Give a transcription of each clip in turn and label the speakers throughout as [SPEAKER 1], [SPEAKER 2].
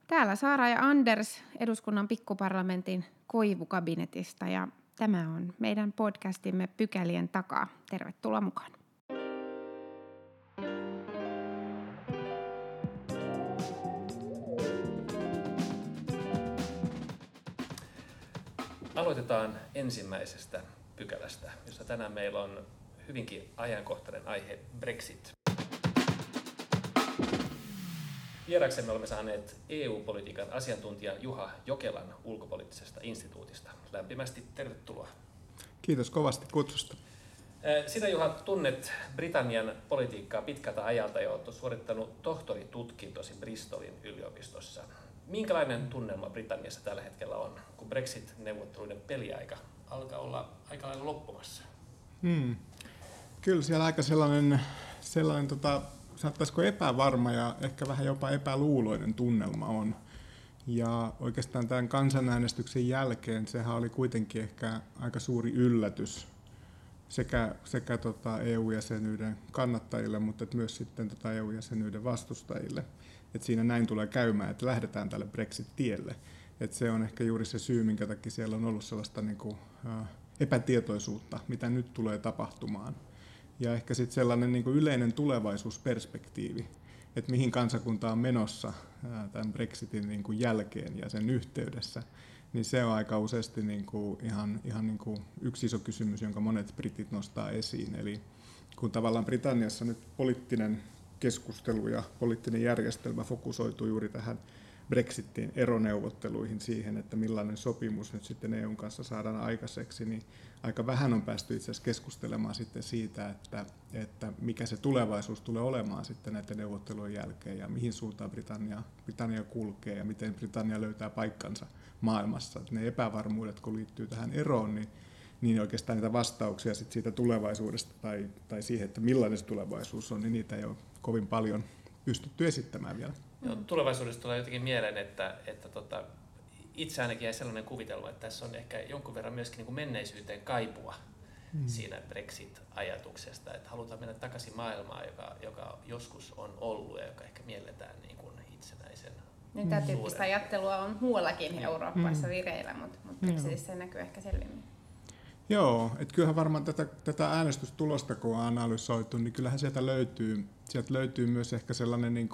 [SPEAKER 1] Täällä Saara ja Anders eduskunnan pikkuparlamentin koivukabinetista ja tämä on meidän podcastimme Pykälien takaa. Tervetuloa mukaan.
[SPEAKER 2] Aloitetaan ensimmäisestä pykälästä, jossa tänään meillä on hyvinkin ajankohtainen aihe Brexit. Vieraksemme olemme saaneet EU-politiikan asiantuntijan Juha Jokelan ulkopoliittisesta instituutista. Lämpimästi tervetuloa.
[SPEAKER 3] Kiitos kovasti kutsusta.
[SPEAKER 2] Sinä, Juha, tunnet Britannian politiikkaa pitkältä ajalta ja olet suorittanut tohtoritutkintosi Bristolin yliopistossa. Minkälainen tunnelma Britanniassa tällä hetkellä on, kun Brexit-neuvotteluiden peliaika alkaa olla aika lailla loppumassa?
[SPEAKER 3] Kyllä siellä aika sellainen saattaisiko epävarma ja ehkä vähän jopa epäluuloinen tunnelma on. Ja oikeastaan tämän kansanäänestyksen jälkeen sehän oli kuitenkin ehkä aika suuri yllätys sekä EU-jäsenyyden kannattajille, mutta myös sitten EU-jäsenyyden vastustajille. Että siinä näin tulee käymään, että lähdetään tälle Brexit-tielle. Että se on ehkä juuri se syy, minkä takia siellä on ollut sellaista epätietoisuutta, mitä nyt tulee tapahtumaan. Ja ehkä sitten sellainen yleinen tulevaisuusperspektiivi, että mihin kansakunta on menossa tämän Brexitin jälkeen ja sen yhteydessä, niin se on aika useasti ihan yksi iso kysymys, jonka monet britit nostaa esiin. Eli kun tavallaan Britanniassa nyt poliittinen keskustelu ja poliittinen järjestelmä fokusoituu juuri tähän Brexitin eroneuvotteluihin siihen, että millainen sopimus nyt sitten EUn kanssa saadaan aikaiseksi, niin aika vähän on päästy itse asiassa keskustelemaan sitten siitä, että mikä se tulevaisuus tulee olemaan sitten näiden neuvottelujen jälkeen ja mihin suuntaan Britannia kulkee ja miten Britannia löytää paikkansa maailmassa. Että ne epävarmuudet, kun liittyy tähän eroon, niin oikeastaan niitä vastauksia sitten siitä tulevaisuudesta tai siihen, että millainen se tulevaisuus on, niin niitä ei ole kovin paljon pystytty esittämään vielä.
[SPEAKER 2] Tulevaisuudesta tulee jotenkin mieleen, että itse ainakin jäi sellainen kuvitelma, että tässä on ehkä jonkun verran myöskin menneisyyteen kaipua siinä Brexit-ajatuksesta, että halutaan mennä takaisin maailmaan, joka joskus on ollut ja joka ehkä mielletään itsenäisen.
[SPEAKER 1] Niin, tämä tyyppistä ajattelua on muuallakin Euroopassa vireillä, mutta Brexitissä se näkyy ehkä selvemmin.
[SPEAKER 3] Joo, että kyllähän varmaan tätä äänestystulosta kun on analysoitu, niin kyllähän sieltä löytyy myös ehkä sellainen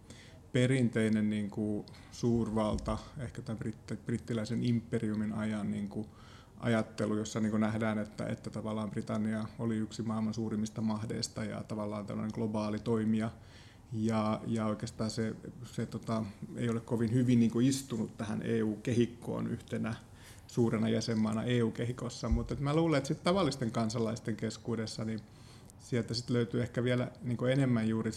[SPEAKER 3] perinteinen suurvalta, ehkä tämän brittiläisen imperiumin ajan ajattelu, jossa nähdään, että tavallaan Britannia oli yksi maailman suurimmista mahdeista ja tavallaan tällainen globaali toimija. Ja oikeastaan se ei ole kovin hyvin istunut tähän EU-kehikkoon yhtenä suurena jäsenmaana EU-kehikossa, mutta mä luulen, että tavallisten kansalaisten keskuudessa niin sieltä sit löytyy ehkä vielä enemmän juuri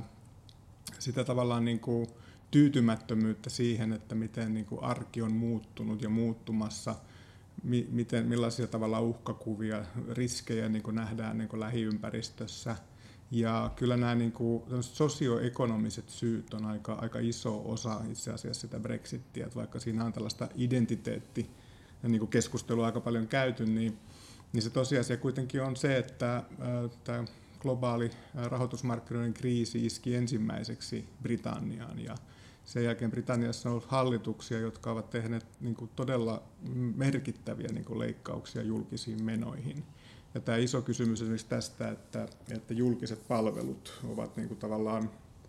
[SPEAKER 3] sitä tavallaan tyytymättömyyttä siihen, että miten arki on muuttunut ja muuttumassa, millaisia tavallaan uhkakuvia, riskejä nähdään lähiympäristössä. Ja kyllä nämä sosioekonomiset syyt on aika iso osa itse asiassa sitä Brexittiä, että vaikka siinä on tällaista identiteetti ja keskustelua aika paljon käyty, niin se tosiasia kuitenkin on se, että tämä globaali rahoitusmarkkinoiden kriisi iski ensimmäiseksi Britanniaan ja sen jälkeen Britanniassa on ollut hallituksia, jotka ovat tehneet todella merkittäviä leikkauksia julkisiin menoihin. Ja tämä iso kysymys esimerkiksi tästä, että julkiset palvelut ovat tavallaan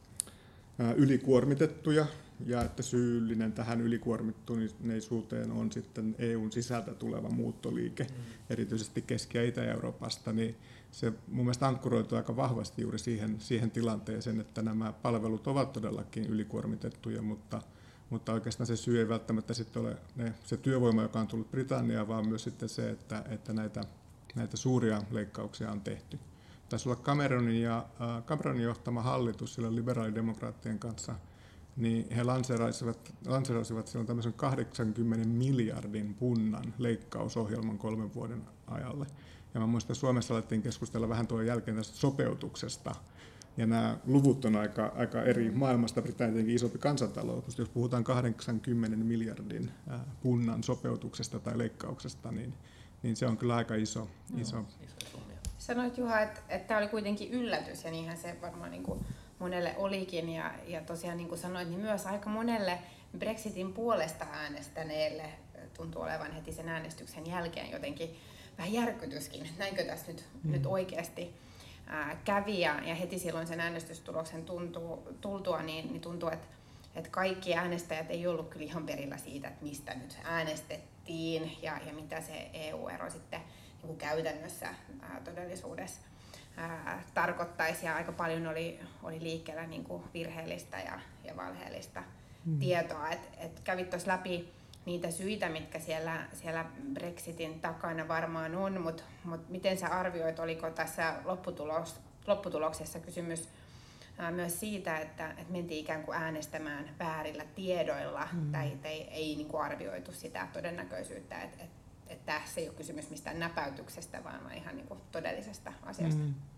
[SPEAKER 3] ylikuormitettuja ja että syyllinen tähän ylikuormittuneisuuteen on sitten EUn sisältä tuleva muuttoliike, erityisesti Keski- ja Itä-Euroopasta, niin se mun mielestä ankkuroituu aika vahvasti juuri siihen tilanteeseen, että nämä palvelut ovat todellakin ylikuormitettuja, mutta oikeastaan se syy ei välttämättä sitten ole se työvoima, joka on tullut Britanniaan, vaan myös sitten se, että näitä suuria leikkauksia on tehty. Taisi olla Cameronin johtama hallitus sillä liberaalidemokraattien kanssa, niin he lanseerasivat silloin tämmöisen 80 miljardin punnan leikkausohjelman 3 vuoden ajalle. Ja mä muistan, että Suomessa alettiin keskustella vähän tuon jälkeen tästä sopeutuksesta. Ja nämä luvut on aika eri maailmasta, Britanniankin isompi kansantalous, mutta jos puhutaan 80 miljardin punnan sopeutuksesta tai leikkauksesta, niin se on kyllä aika iso.
[SPEAKER 1] Sanoit, Juha, että tämä oli kuitenkin yllätys ja niinhän se varmaan monelle olikin. Ja tosiaan niin kuin sanoit, niin myös aika monelle Brexitin puolesta äänestäneelle tuntuu olevan heti sen äänestyksen jälkeen jotenkin vähän järkytyskin, että näinkö tässä nyt oikeasti kävi. Ja heti silloin sen äänestystuloksen tultua, niin tuntuu, että kaikki äänestäjät ei ollut kyllä ihan perillä siitä, että mistä nyt äänestettiin ja mitä se EU-ero sitten niin kuin käytännössä todellisuudessa tarkoittaisi. Ja aika paljon oli liikkeellä niin kuin virheellistä ja valheellista tietoa. Et kävit tuossa läpi niitä syitä, mitkä siellä Brexitin takana varmaan on, mutta miten sä arvioit, oliko tässä lopputuloksessa kysymys myös siitä, että mentiin ikään kuin äänestämään väärillä tiedoilla tai ei niin kuin arvioitu sitä todennäköisyyttä, että tässä ei ole kysymys mistään näpäytyksestä, vaan ihan niin kuin todellisesta asiasta.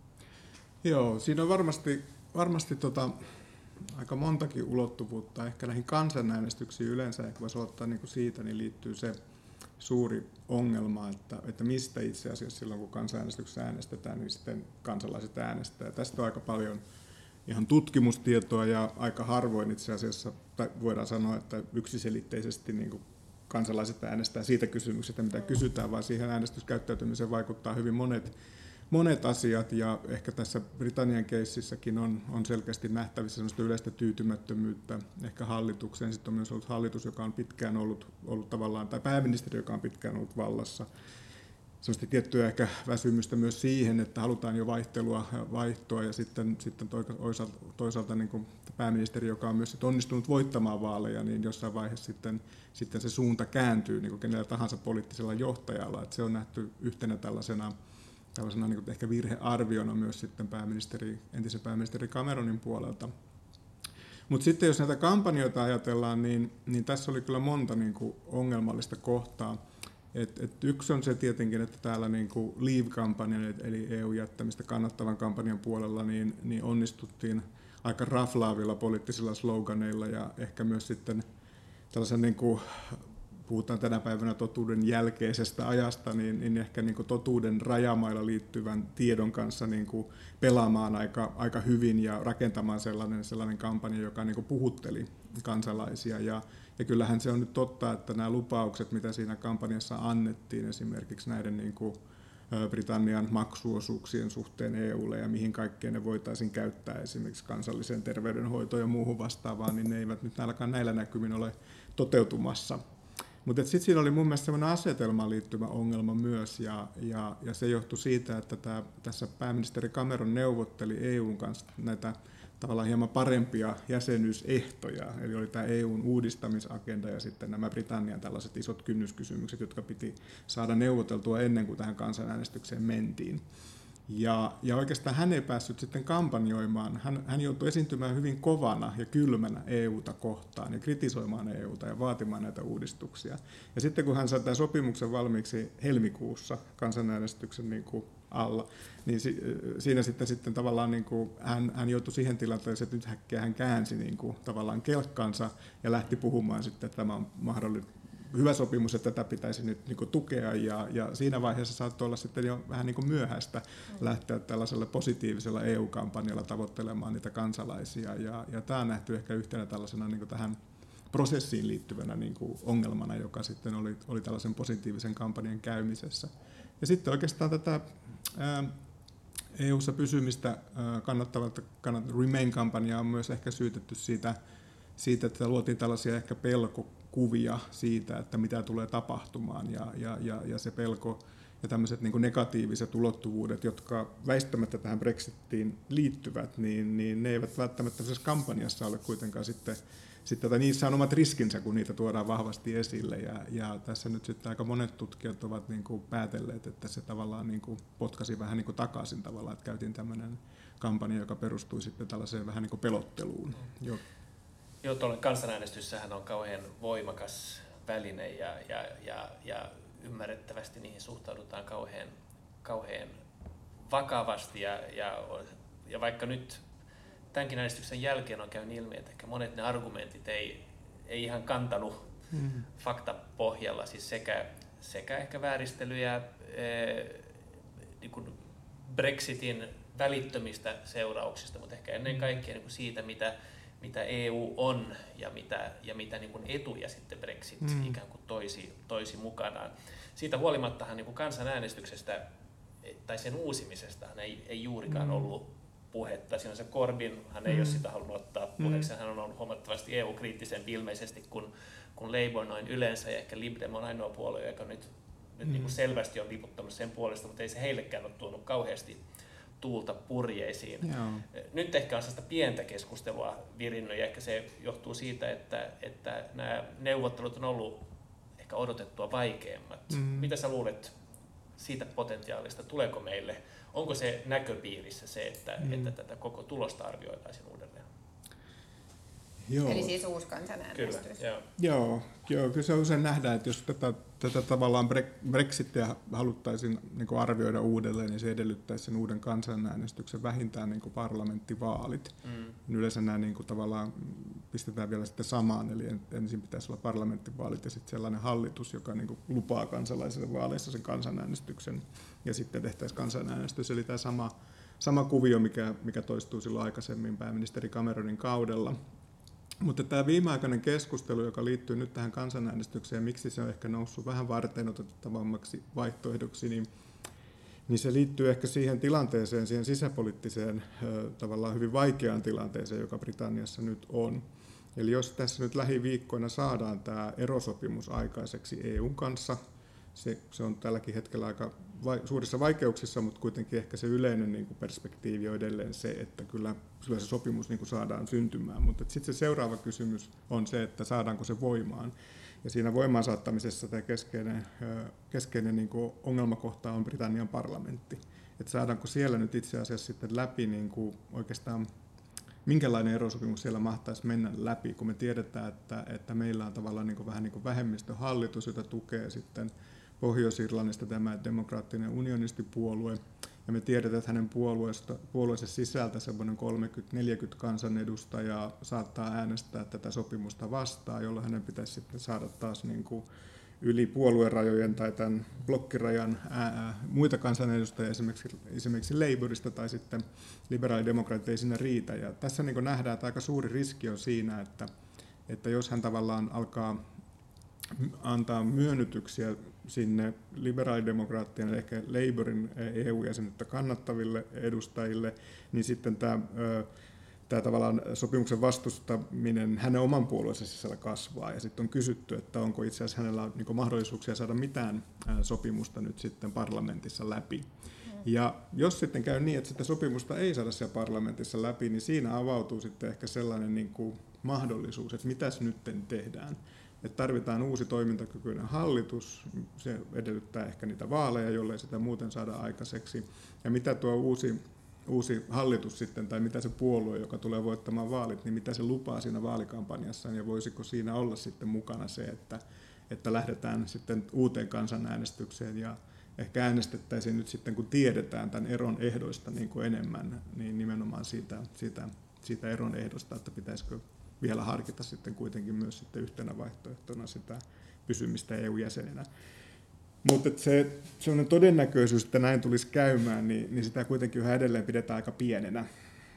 [SPEAKER 3] Joo, siinä on varmasti aika montakin ulottuvuutta. Ehkä näihin kansanäänestyksiin yleensä, ehkä voisi aloittaa niin kuin siitä, niin liittyy se suuri ongelma, että mistä itse asiassa silloin, kun kansanäänestyksessä äänestetään, niin sitten kansalaiset äänestää. Tästä on aika paljon ihan tutkimustietoa ja aika harvoin itse asiassa voidaan sanoa, että yksiselitteisesti niin kuin kansalaiset äänestää siitä kysymyksestä, mitä kysytään, vaan siihen äänestyskäyttäytymiseen vaikuttaa hyvin monet asiat, ja ehkä tässä Britannian keississäkin on selkeästi nähtävissä sellaista yleistä tyytymättömyyttä ehkä hallitukseen. Sitten on myös ollut hallitus, joka on pitkään ollut tavallaan, tai pääministeri, joka on pitkään ollut vallassa. Sellaista tiettyä ehkä väsymystä myös siihen, että halutaan jo vaihtoa, ja sitten toisaalta niin kuin pääministeri, joka on myös onnistunut voittamaan vaaleja, niin jossain vaiheessa sitten se suunta kääntyy niin kuin kenellä tahansa poliittisella johtajalla. Että se on nähty yhtenä tällaisena niin kuin ehkä virhearviona myös sitten entisen pääministeri Cameronin puolelta. Mutta sitten jos näitä kampanjoita ajatellaan, niin tässä oli kyllä monta niin kuin ongelmallista kohtaa. Yksi on se tietenkin, että täällä niin kuin Leave-kampanjan, eli EU-jättämistä kannattavan kampanjan puolella, niin onnistuttiin aika raflaavilla poliittisilla sloganeilla ja ehkä myös sitten tällaisen, niin kuin puhutaan tänä päivänä totuuden jälkeisestä ajasta, niin ehkä niin kuin totuuden rajamailla liittyvän tiedon kanssa niin kuin pelaamaan aika hyvin ja rakentamaan sellainen kampanja, joka niin kuin puhutteli kansalaisia. Ja kyllähän se on nyt totta, että nämä lupaukset, mitä siinä kampanjassa annettiin, esimerkiksi näiden niin kuin Britannian maksuosuuksien suhteen EUlle ja mihin kaikkeen ne voitaisiin käyttää esimerkiksi kansalliseen terveydenhoitoon ja muuhun vastaavaan, niin ne eivät nyt näillä näkymin ole toteutumassa. Mutta sitten siinä oli mun mielestä sellainen asetelmaan liittyvä ongelma myös, ja se johtui siitä, että tässä pääministeri Cameron neuvotteli EUn kanssa näitä tavallaan hieman parempia jäsenyysehtoja, eli oli tämä EUn uudistamisagenda ja sitten nämä Britannian tällaiset isot kynnyskysymykset, jotka piti saada neuvoteltua ennen kuin tähän kansanäänestykseen mentiin. Ja oikeastaan hän ei päässyt sitten kampanjoimaan. Hän joutui esiintymään hyvin kovana ja kylmänä EUta kohtaan ja kritisoimaan EUta ja vaatimaan näitä uudistuksia. Ja sitten kun hän sai tämän sopimuksen valmiiksi helmikuussa kansanäänestyksen niin kuin alla, niin siinä sitten tavallaan niin kuin hän joutui siihen tilanteeseen, että nyt häkkiä hän käänsi niin kuin tavallaan kelkkansa ja lähti puhumaan sitten, että tämä on mahdollinen hyvä sopimus, että tätä pitäisi nyt niin kuin tukea, ja siinä vaiheessa saattoi olla sitten jo vähän niin kuin myöhäistä lähteä tällaisella positiivisella EU-kampanjalla tavoittelemaan niitä kansalaisia, ja tämä on nähty ehkä yhtenä tällaisena niin kuin tähän prosessiin liittyvänä niin kuin ongelmana, joka sitten oli tällaisen positiivisen kampanjan käymisessä. Ja sitten oikeastaan tätä EU-ssa pysymistä kannattavalta Remain-kampanjaa on myös ehkä syytetty siitä, että luotiin tällaisia ehkä pelkokuvia siitä, että mitä tulee tapahtumaan, ja se pelko ja tämmöiset niin kuin negatiiviset ulottuvuudet, jotka väistämättä tähän Brexitiin liittyvät, niin ne eivät välttämättä tässä kampanjassa ole kuitenkaan sitten tai niissä on omat riskinsä, kun niitä tuodaan vahvasti esille, ja tässä nyt sitten aika monet tutkijat ovat niin kuin päätelleet, että se tavallaan niin kuin potkasi vähän niin kuin takaisin tavallaan, että käytiin tämmöinen kampanja, joka perustui sitten tällaiseen vähän niin kuin pelotteluun.
[SPEAKER 2] Joo, tuolla kansanäänestyssähän on kauhean voimakas väline ja ymmärrettävästi niihin suhtaudutaan kauhean vakavasti ja vaikka nyt tämänkin äänestyksen jälkeen on käynyt ilmi, että ehkä monet ne argumentit ei ihan kantanut faktapohjalla, siis sekä ehkä vääristelyjä niin kuin Brexitin välittömistä seurauksista, mutta ehkä ennen kaikkea niin kuin siitä, mitä EU on ja mitä niin kuin etuja sitten Brexit ikään kuin toisi mukanaan. Siitä huolimattahan niin kuin kansanäänestyksestä tai sen uusimisestahan ei juurikaan ollut puhetta. Siinä se Corbynhan ei ole sitä halunnut ottaa puheeksi. Hän on ollut huomattavasti EU-kriittisempi ilmeisesti kuin Labour noin yleensä, ja ehkä Lib Dem on ainoa puolue, joka nyt niin kuin selvästi on liputtanut sen puolesta, mutta ei se heillekään ole tuonut kauheasti tuulta purjeisiin. Joo. Nyt ehkä on sellaista pientä keskustelua virinnyt, ja ehkä se johtuu siitä, että nämä neuvottelut on ollut ehkä odotettua vaikeammat. Mitä sä luulet siitä potentiaalista? Tuleeko meille, onko se näköpiirissä se, että tätä koko tulosta arvioitaisiin uudelleen?
[SPEAKER 3] Joo.
[SPEAKER 1] Eli siis uusi kansanäänestys.
[SPEAKER 3] Joo, kyllä se usein nähdään, että jos tätä tavallaan Brexitia haluttaisiin niin kuin arvioida uudelleen, niin se edellyttäisi sen uuden kansanäänestyksen vähintään niin kuin parlamenttivaalit. Yleensä nämä niin kuin tavallaan pistetään vielä sitten samaan, eli ensin pitäisi olla parlamenttivaalit ja sitten sellainen hallitus, joka niin kuin lupaa kansalaisille vaaleissa sen kansanäänestyksen, ja sitten tehtäisiin kansanäänestys. Eli tämä sama kuvio, mikä toistuu silloin aikaisemmin pääministeri Cameronin kaudella. Mutta tämä viimeaikainen keskustelu, joka liittyy nyt tähän kansanäänestykseen, miksi se on ehkä noussut vähän varteenotettavammaksi vaihtoehdoksi, niin se liittyy ehkä siihen tilanteeseen, siihen sisäpoliittiseen tavallaan hyvin vaikeaan tilanteeseen, joka Britanniassa nyt on. Eli jos tässä nyt lähiviikkoina saadaan tämä erosopimus aikaiseksi EUn kanssa, se on tälläkin hetkellä aika suurissa vaikeuksissa, mutta kuitenkin ehkä se yleinen niin kuin perspektiivi on edelleen se, että kyllä se sopimus niin kuin saadaan syntymään. Mutta sitten se seuraava kysymys on se, että saadaanko se voimaan. Ja siinä voimaan saattamisessa tämä keskeinen niin kuin ongelmakohta on Britannian parlamentti. Että saadaanko siellä nyt itse asiassa sitten läpi niin kuin oikeastaan minkälainen erosopimus siellä mahtaisi mennä läpi, kun me tiedetään, että meillä on tavallaan niin kuin vähän niin kuin vähemmistöhallitus, jota tukee sitten Pohjois-Irlannista tämä demokraattinen unionistipuolue, ja me tiedetään, että hänen puolueensa sisältä semmoinen 30-40 kansanedustajaa saattaa äänestää tätä sopimusta vastaan, jolloin hänen pitäisi sitten saada taas niin kuin yli puoluerajojen tai tämän blokkirajan muita kansanedustajia, esimerkiksi Labourista tai sitten liberaalidemokraatit ei siinä riitä. Ja tässä niin kuin nähdään, että aika suuri riski on siinä, että jos hän tavallaan alkaa antaa myönnytyksiä sinne liberaalidemokraattien ja ehkä Labourin EU-jäsenyyttä kannattaville edustajille, niin sitten tämä tavallaan sopimuksen vastustaminen hänen oman puolueensa sisällä kasvaa. Ja sitten on kysytty, että onko itse asiassa hänellä niin mahdollisuuksia saada mitään sopimusta nyt sitten parlamentissa läpi. Ja jos sitten käy niin, että sitä sopimusta ei saada siellä parlamentissa läpi, niin siinä avautuu sitten ehkä sellainen niin kuin mahdollisuus, että mitäs nyt tehdään. Että tarvitaan uusi toimintakykyinen hallitus, se edellyttää ehkä niitä vaaleja, jollei sitä muuten saada aikaiseksi. Ja mitä tuo uusi hallitus sitten, tai mitä se puolue, joka tulee voittamaan vaalit, niin mitä se lupaa siinä vaalikampanjassaan, ja voisiko siinä olla sitten mukana se, että lähdetään sitten uuteen kansanäänestykseen, ja ehkä äänestettäisiin nyt sitten, kun tiedetään tämän eron ehdoista niin kuin enemmän, niin nimenomaan siitä eron ehdosta, että pitäisikö vielä harkita sitten kuitenkin myös sitten yhtenä vaihtoehtona sitä pysymistä EU-jäsenenä. Mutta se sellainen todennäköisyys, että näin tulisi käymään, niin sitä kuitenkin yhä edelleen pidetään aika pienenä.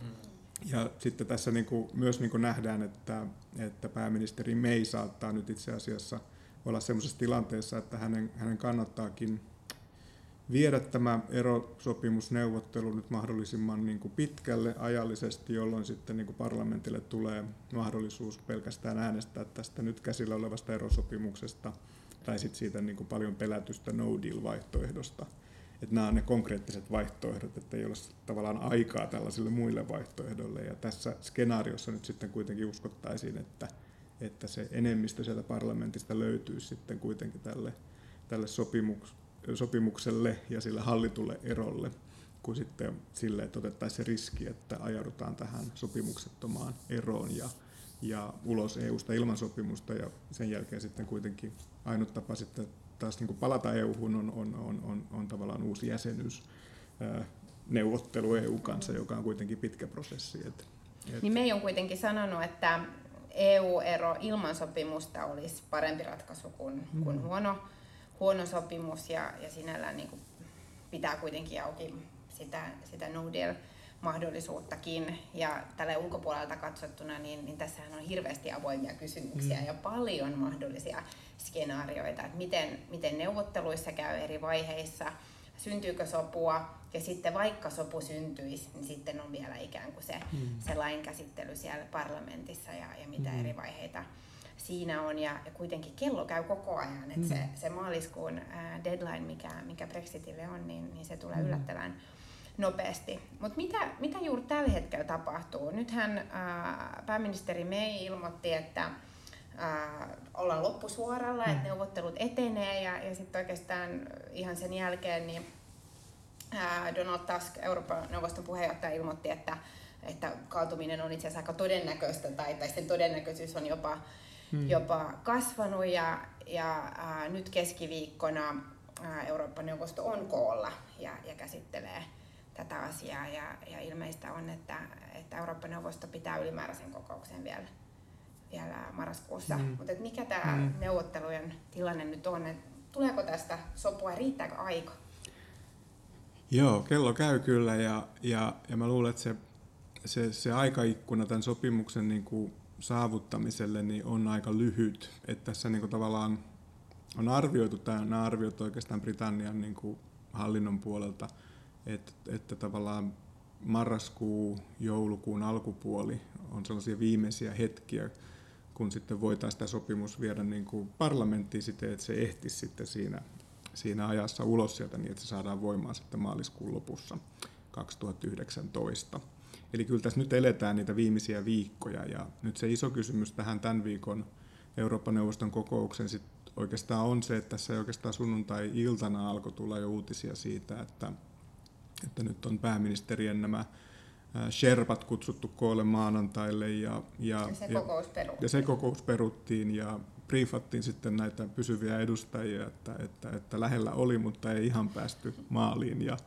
[SPEAKER 3] Ja sitten tässä myös nähdään, että pääministeri May saattaa nyt itse asiassa olla sellaisessa tilanteessa, että hänen kannattaakin viedä tämä erosopimusneuvottelu nyt mahdollisimman pitkälle ajallisesti, jolloin sitten parlamentille tulee mahdollisuus pelkästään äänestää tästä nyt käsillä olevasta erosopimuksesta tai sitten siitä paljon pelätystä no deal-vaihtoehdosta. Että nämä on ne konkreettiset vaihtoehdot, että ei ole tavallaan aikaa tällaisille muille vaihtoehdoille. Ja tässä skenaariossa nyt sitten kuitenkin uskottaisiin, että se enemmistö sieltä parlamentista löytyy sitten kuitenkin tälle sopimukselle ja sille hallitulle erolle, kuin sitten sille, että otettaisiin se riski, että ajaudutaan tähän sopimuksettomaan eroon ja ulos EUsta ilman sopimusta, ja sen jälkeen sitten kuitenkin ainut tapa sitten taas palata EU:hun on tavallaan uusi jäsenyysneuvottelu EU kanssa, joka on kuitenkin pitkä prosessi.
[SPEAKER 1] Niin May on kuitenkin sanonut, että EU-ero ilman sopimusta olisi parempi ratkaisu kuin huono sopimus, ja sinällään pitää kuitenkin auki sitä no deal mahdollisuuttakin. Ja tälle ulkopuolelta katsottuna, niin tässähän on hirveästi avoimia kysymyksiä ja paljon mahdollisia skenaarioita, että miten neuvotteluissa käy eri vaiheissa, syntyykö sopua, ja sitten vaikka sopu syntyisi, niin sitten on vielä ikään kuin se lain käsittely siellä parlamentissa ja mitä eri vaiheita siinä on. Ja kuitenkin kello käy koko ajan, että se maaliskuun deadline, mikä Brexitille on, niin se tulee yllättävän nopeasti. Mutta mitä juuri tällä hetkellä tapahtuu? Nythän pääministeri May ilmoitti, että ollaan loppusuoralla, että neuvottelut etenee ja sitten oikeastaan ihan sen jälkeen niin Donald Tusk, Euroopan neuvoston puheenjohtaja, ilmoitti, että kaatuminen on itse asiassa aika todennäköistä tai sen todennäköisyys on jopa kasvanut ja nyt keskiviikkona Euroopan neuvosto on koolla ja käsittelee tätä asiaa ja ilmeistä on, että Euroopan neuvosto pitää ylimääräisen kokouksen vielä marraskuussa. Mutta mikä tämä neuvottelujen tilanne nyt on? Tuleeko tästä sopua? Riittääkö aika?
[SPEAKER 3] Joo, kello käy kyllä ja mä luulen, että se aikaikkuna tämän sopimuksen niin kuin saavuttamiselle niin on aika lyhyt. Että tässä niin kuin tavallaan on arvioitu, nämä arviot oikeastaan Britannian niin kuin hallinnon puolelta, että tavallaan marraskuu, joulukuun alkupuoli on sellaisia viimeisiä hetkiä, kun sitten voitaisiin sitä sopimus viedä niin kuin parlamenttiin siten, että se ehtisi sitten siinä ajassa ulos sieltä niin, että se saadaan voimaan sitten maaliskuun lopussa 2019. Eli kyllä tässä nyt eletään niitä viimeisiä viikkoja ja nyt se iso kysymys tähän tämän viikon Euroopan neuvoston kokouksen sit oikeastaan on se, että tässä oikeastaan sunnuntai-iltana alkoi tulla jo uutisia siitä, että nyt on pääministerien nämä sherpat kutsuttu koolle maanantaille ja se kokous peruttiin ja briefattiin sitten näitä pysyviä edustajia, että lähellä oli, mutta ei ihan päästy maaliin ja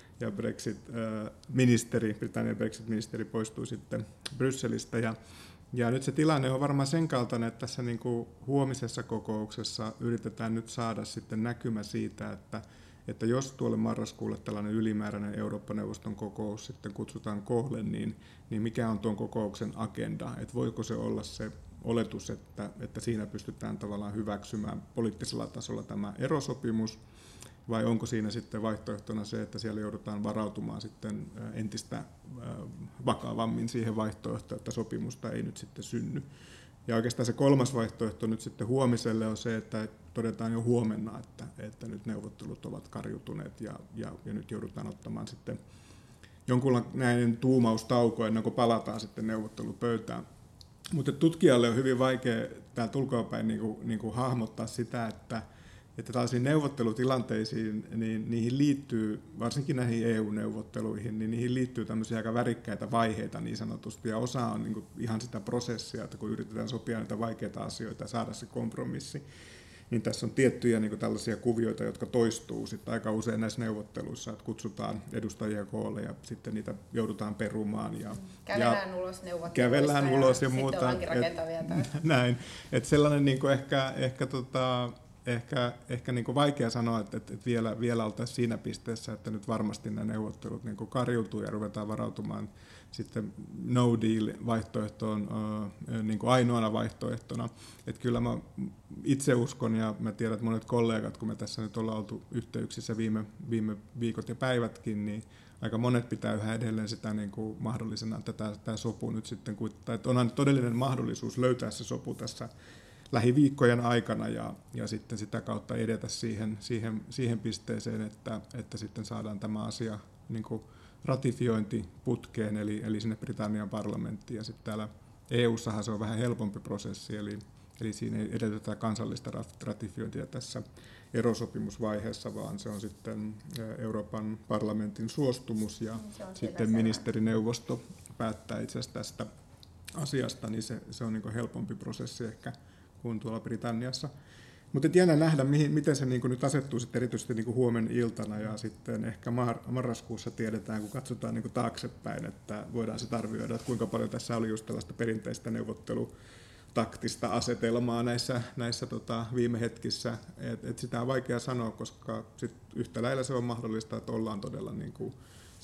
[SPEAKER 3] Britannian Brexit-ministeri poistui sitten Brysselistä ja nyt se tilanne on varmaan sen kaltainen, että tässä niin kuin huomisessa kokouksessa yritetään nyt saada sitten näkymä siitä, että jos tuolle marraskuulle tällainen ylimääräinen Eurooppa-neuvoston kokous sitten kutsutaan koolle, niin mikä on tuon kokouksen agenda, että voiko se olla se oletus, että siinä pystytään tavallaan hyväksymään poliittisella tasolla tämä erosopimus, vai onko siinä sitten vaihtoehtona se, että siellä joudutaan varautumaan sitten entistä vakavammin siihen vaihtoehtoon, että sopimusta ei nyt sitten synny. Ja oikeastaan se kolmas vaihtoehto nyt sitten huomiselle on se, että todetaan jo huomenna, että nyt neuvottelut ovat karjutuneet ja nyt joudutaan ottamaan sitten jonkunlainen tuumaustauko ennen kuin palataan sitten neuvottelupöytään. Mutta tutkijalle on hyvin vaikea täältä ulkoapäin niin kuin hahmottaa sitä, että tällaisiin neuvottelutilanteisiin, niin niihin liittyy, varsinkin näihin EU-neuvotteluihin, niin niihin liittyy tämmöisiä aika värikkäitä vaiheita niin sanotusti, ja osa on niin kuin ihan sitä prosessia, että kun yritetään sopia näitä vaikeita asioita ja saada se kompromissi, niin tässä on tiettyjä niin kuin tällaisia kuvioita, jotka toistuu sitten aika usein näissä neuvotteluissa, että kutsutaan edustajia koolle ja sitten niitä joudutaan perumaan.
[SPEAKER 1] Kävellään ulos neuvotteluista
[SPEAKER 3] kävellään ulos ja muuta.
[SPEAKER 1] Sitten ollaankin rakentavia taas.
[SPEAKER 3] Näin, että sellainen niin kuin ehkä niin kuin vaikea sanoa, että vielä oltaisiin siinä pisteessä, että nyt varmasti nämä neuvottelut niin kuin kariutuu ja ruvetaan varautumaan sitten no deal-vaihtoehtoon niin kuin ainoana vaihtoehtona. Että kyllä mä itse uskon ja mä tiedän, että monet kollegat, kun me tässä nyt ollaan oltu yhteyksissä viime viikot ja päivätkin, niin aika monet pitää yhä edelleen sitä niin kuin mahdollisena, että tämä sopu nyt sitten, että onhan todellinen mahdollisuus löytää se sopu tässä lähiviikkojen aikana ja sitten sitä kautta edetä siihen pisteeseen, että sitten saadaan tämä asia niin kuin ratifiointiputkeen, eli sinne Britannian parlamenttiin. Ja sitten täällä EU-sahan se on vähän helpompi prosessi, eli siinä ei edetetä kansallista ratifiointia tässä erosopimusvaiheessa, vaan se on sitten Euroopan parlamentin suostumus ja sitten ministerineuvosto päättää itse asiassa tästä asiasta, niin se on niin kuin helpompi prosessi ehkä kuin tuolla Britanniassa. Mutta jännä nähdä, miten se nyt asettuu sitten erityisesti huomenna iltana ja sitten ehkä marraskuussa tiedetään, kun katsotaan taaksepäin, että voidaan sitten arvioida, että kuinka paljon tässä oli just tällaista perinteistä neuvottelutaktista asetelmaa näissä viime hetkissä. Et sitä on vaikea sanoa, koska sit yhtä lailla se on mahdollista, että ollaan todella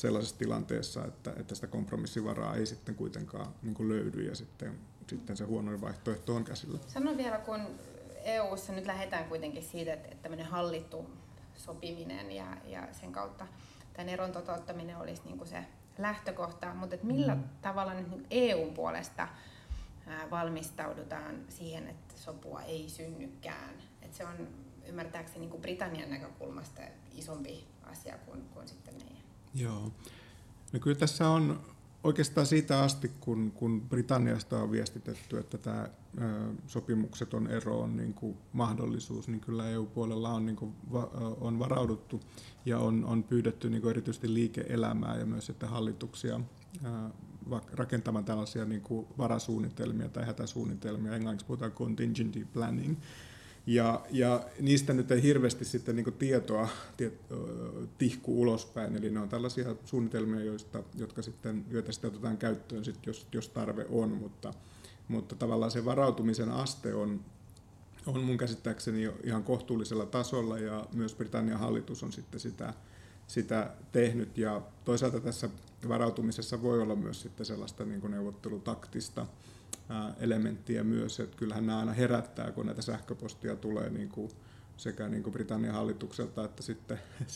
[SPEAKER 3] sellaisessa tilanteessa, että sitä kompromissivaraa ei sitten kuitenkaan niin kuin löydy ja sitten se huonoin vaihtoehto on käsillä.
[SPEAKER 1] Sano vielä, kun EU:ssa nyt lähdetään kuitenkin siitä, että tämmöinen hallittu sopiminen ja sen kautta tämän eron toteuttaminen olisi niin kuin se lähtökohta, mutta millä tavalla nyt EUn puolesta valmistaudutaan siihen, että sopua ei synnykään? Että se on ymmärtääkseni niin kuin Britannian näkökulmasta isompi asia kuin sitten meidän.
[SPEAKER 3] Joo. No kyllä tässä on oikeastaan siitä asti, kun Britanniasta on viestitetty, että tämä sopimukseton ero on niin kuin mahdollisuus, niin kyllä EU-puolella on, niin kuin on varauduttu ja on pyydetty niin kuin erityisesti liike-elämää ja myös sitten hallituksia rakentamaan tällaisia niin kuin varasuunnitelmia tai hätäsuunnitelmia. Englanniksi puhutaan contingency planning. Ja niistä nyt ei hirveästi sitten niin kuin tietoa tihku ulospäin, eli ne on tällaisia suunnitelmia, joita sitten otetaan käyttöön, jos tarve on, mutta tavallaan se varautumisen aste on mun käsittääkseni jo ihan kohtuullisella tasolla, ja myös Britannian hallitus on sitten sitä tehnyt, ja toisaalta tässä varautumisessa voi olla myös sitten sellaista niin kuin neuvottelutaktista elementtiä myös, että kyllähän nämä aina herättää, kun näitä sähköpostia tulee niin kuin sekä niin kuin Britannian hallitukselta että sitten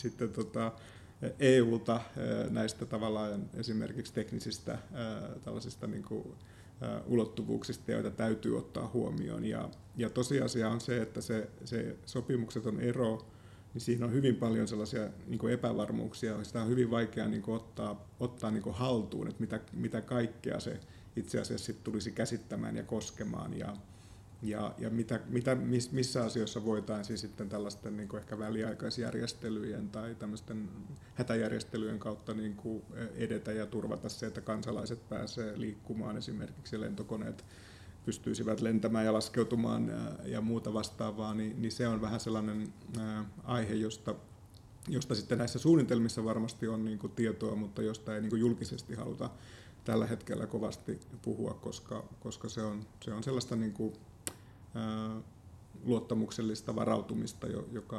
[SPEAKER 3] EUlta näistä tavallaan esimerkiksi teknisistä tällaisista niin kuin ulottuvuuksista, joita täytyy ottaa huomioon. Ja tosiasia on se, että se sopimukseton ero, niin siinä on hyvin paljon sellaisia niin kuin epävarmuuksia, sitä on hyvin vaikea niin kuin ottaa niin kuin haltuun, että mitä kaikkea se itse asiassa tulisi käsittämään ja koskemaan, ja missä asioissa voitaisiin sitten tällaisten niin kuin ehkä väliaikaisjärjestelyjen tai tämmöisten hätäjärjestelyjen kautta niin kuin edetä ja turvata se, että kansalaiset pääsee liikkumaan, esimerkiksi lentokoneet pystyisivät lentämään ja laskeutumaan ja muuta vastaavaa, niin se on vähän sellainen aihe, josta sitten näissä suunnitelmissa varmasti on niin kuin tietoa, mutta josta ei niin kuin julkisesti haluta tällä hetkellä kovasti puhua, koska se on sellaista niin kuin, luottamuksellista varautumista,